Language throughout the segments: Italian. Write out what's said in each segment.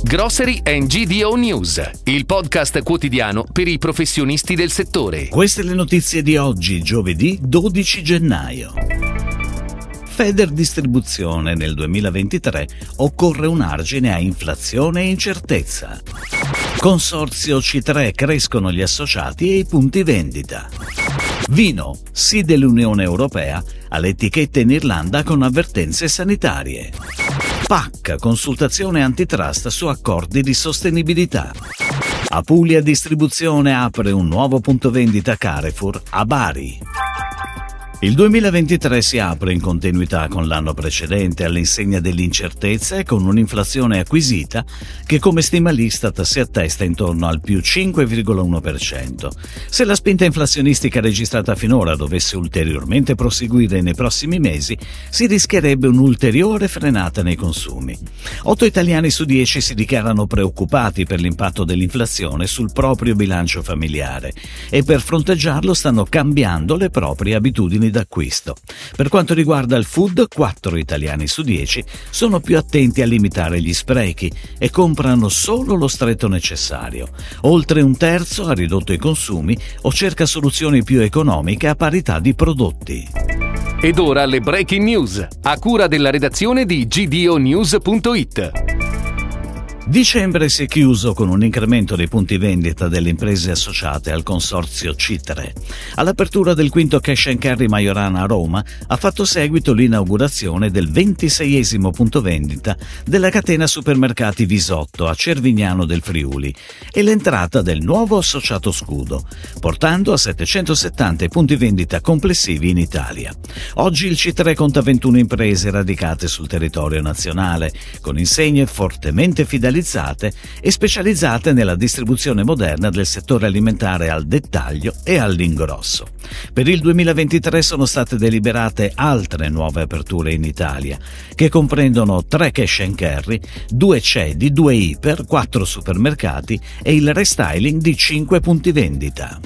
Grocery and GDO News, il podcast quotidiano per i professionisti del settore. Queste le notizie di oggi, giovedì 12 gennaio. Federdistribuzione nel 2023 occorre un argine a inflazione e incertezza. Consorzio C3 crescono gli associati e i punti vendita. Vino, sì dell'Unione Europea alle etichette in Irlanda con avvertenze sanitarie. PAC, consultazione antitrust su accordi di sostenibilità. Apulia Distribuzione apre un nuovo punto vendita Carrefour a Bari. Il 2023 si apre in continuità con l'anno precedente all'insegna dell'incertezza e con un'inflazione acquisita che, come stima l'Istat, si attesta intorno al più 5,1%. Se la spinta inflazionistica registrata finora dovesse ulteriormente proseguire nei prossimi mesi, si rischierebbe un'ulteriore frenata nei consumi. 8 italiani su 10 si dichiarano preoccupati per l'impatto dell'inflazione sul proprio bilancio familiare e per fronteggiarlo stanno cambiando le proprie abitudini d'acquisto. Per quanto riguarda il food, 4 italiani su 10 sono più attenti a limitare gli sprechi e comprano solo lo stretto necessario. Oltre un terzo ha ridotto i consumi o cerca soluzioni più economiche a parità di prodotti. Ed ora le breaking news, a cura della redazione di gdonews.it. Dicembre si è chiuso con un incremento dei punti vendita delle imprese associate al consorzio C3. All'apertura del quinto Cash & Carry Majorana a Roma ha fatto seguito l'inaugurazione del 26esimo punto vendita della catena supermercati Visotto a Cervignano del Friuli e l'entrata del nuovo associato Scudo, portando a 770 i punti vendita complessivi in Italia. Oggi il C3 conta 21 imprese radicate sul territorio nazionale, con insegne fortemente fidelizzate e specializzate nella distribuzione moderna del settore alimentare al dettaglio e all'ingrosso. Per il 2023 sono state deliberate altre nuove aperture in Italia, che comprendono 3 cash & carry, 2 cedi, 2 iper, 4 supermercati e il restyling di 5 punti vendita.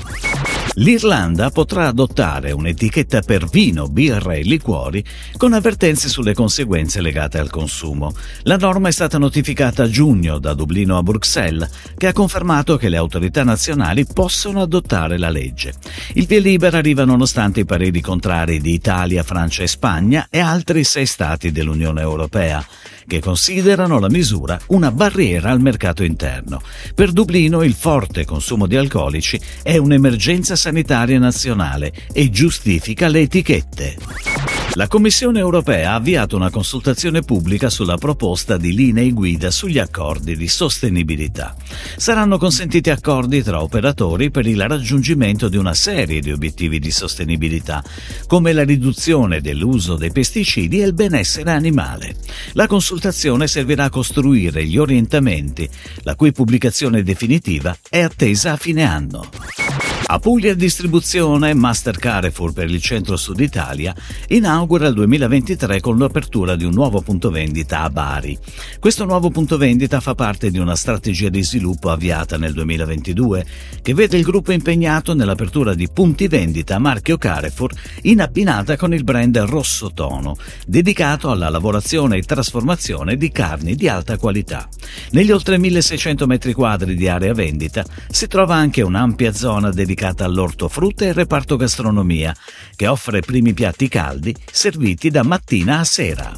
L'Irlanda potrà adottare un'etichetta per vino, birra e liquori con avvertenze sulle conseguenze legate al consumo. La norma è stata notificata a giugno da Dublino a Bruxelles, che ha confermato che le autorità nazionali possono adottare la legge. Il via libera arriva nonostante i pareri contrari di Italia, Francia e Spagna e altri 6 stati dell'Unione Europea, che considerano la misura una barriera al mercato interno. Per Dublino il forte consumo di alcolici è un'emergenza sanitaria nazionale e giustifica le etichette. La Commissione europea ha avviato una consultazione pubblica sulla proposta di linee guida sugli accordi di sostenibilità. Saranno consentiti accordi tra operatori per il raggiungimento di una serie di obiettivi di sostenibilità, come la riduzione dell'uso dei pesticidi e il benessere animale. La consultazione servirà a costruire gli orientamenti, la cui pubblicazione definitiva è attesa a fine anno. Apulia Distribuzione, Master Carrefour per il centro-sud Italia, inaugura il 2023 con l'apertura di un nuovo punto vendita a Bari. Questo nuovo punto vendita fa parte di una strategia di sviluppo avviata nel 2022, che vede il gruppo impegnato nell'apertura di punti vendita a marchio Carrefour in abbinata con il brand Rosso Tono, dedicato alla lavorazione e trasformazione di carni di alta qualità. Negli oltre 1600 metri quadri di area vendita si trova anche un'ampia zona dedicata all'ortofrutta e reparto gastronomia, che offre primi piatti caldi serviti da mattina a sera.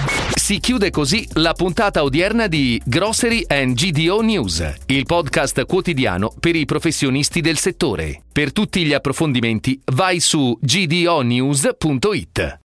Si chiude così la puntata odierna di Grocery and GDO News, il podcast quotidiano per i professionisti del settore. Per tutti gli approfondimenti vai su gdonews.it.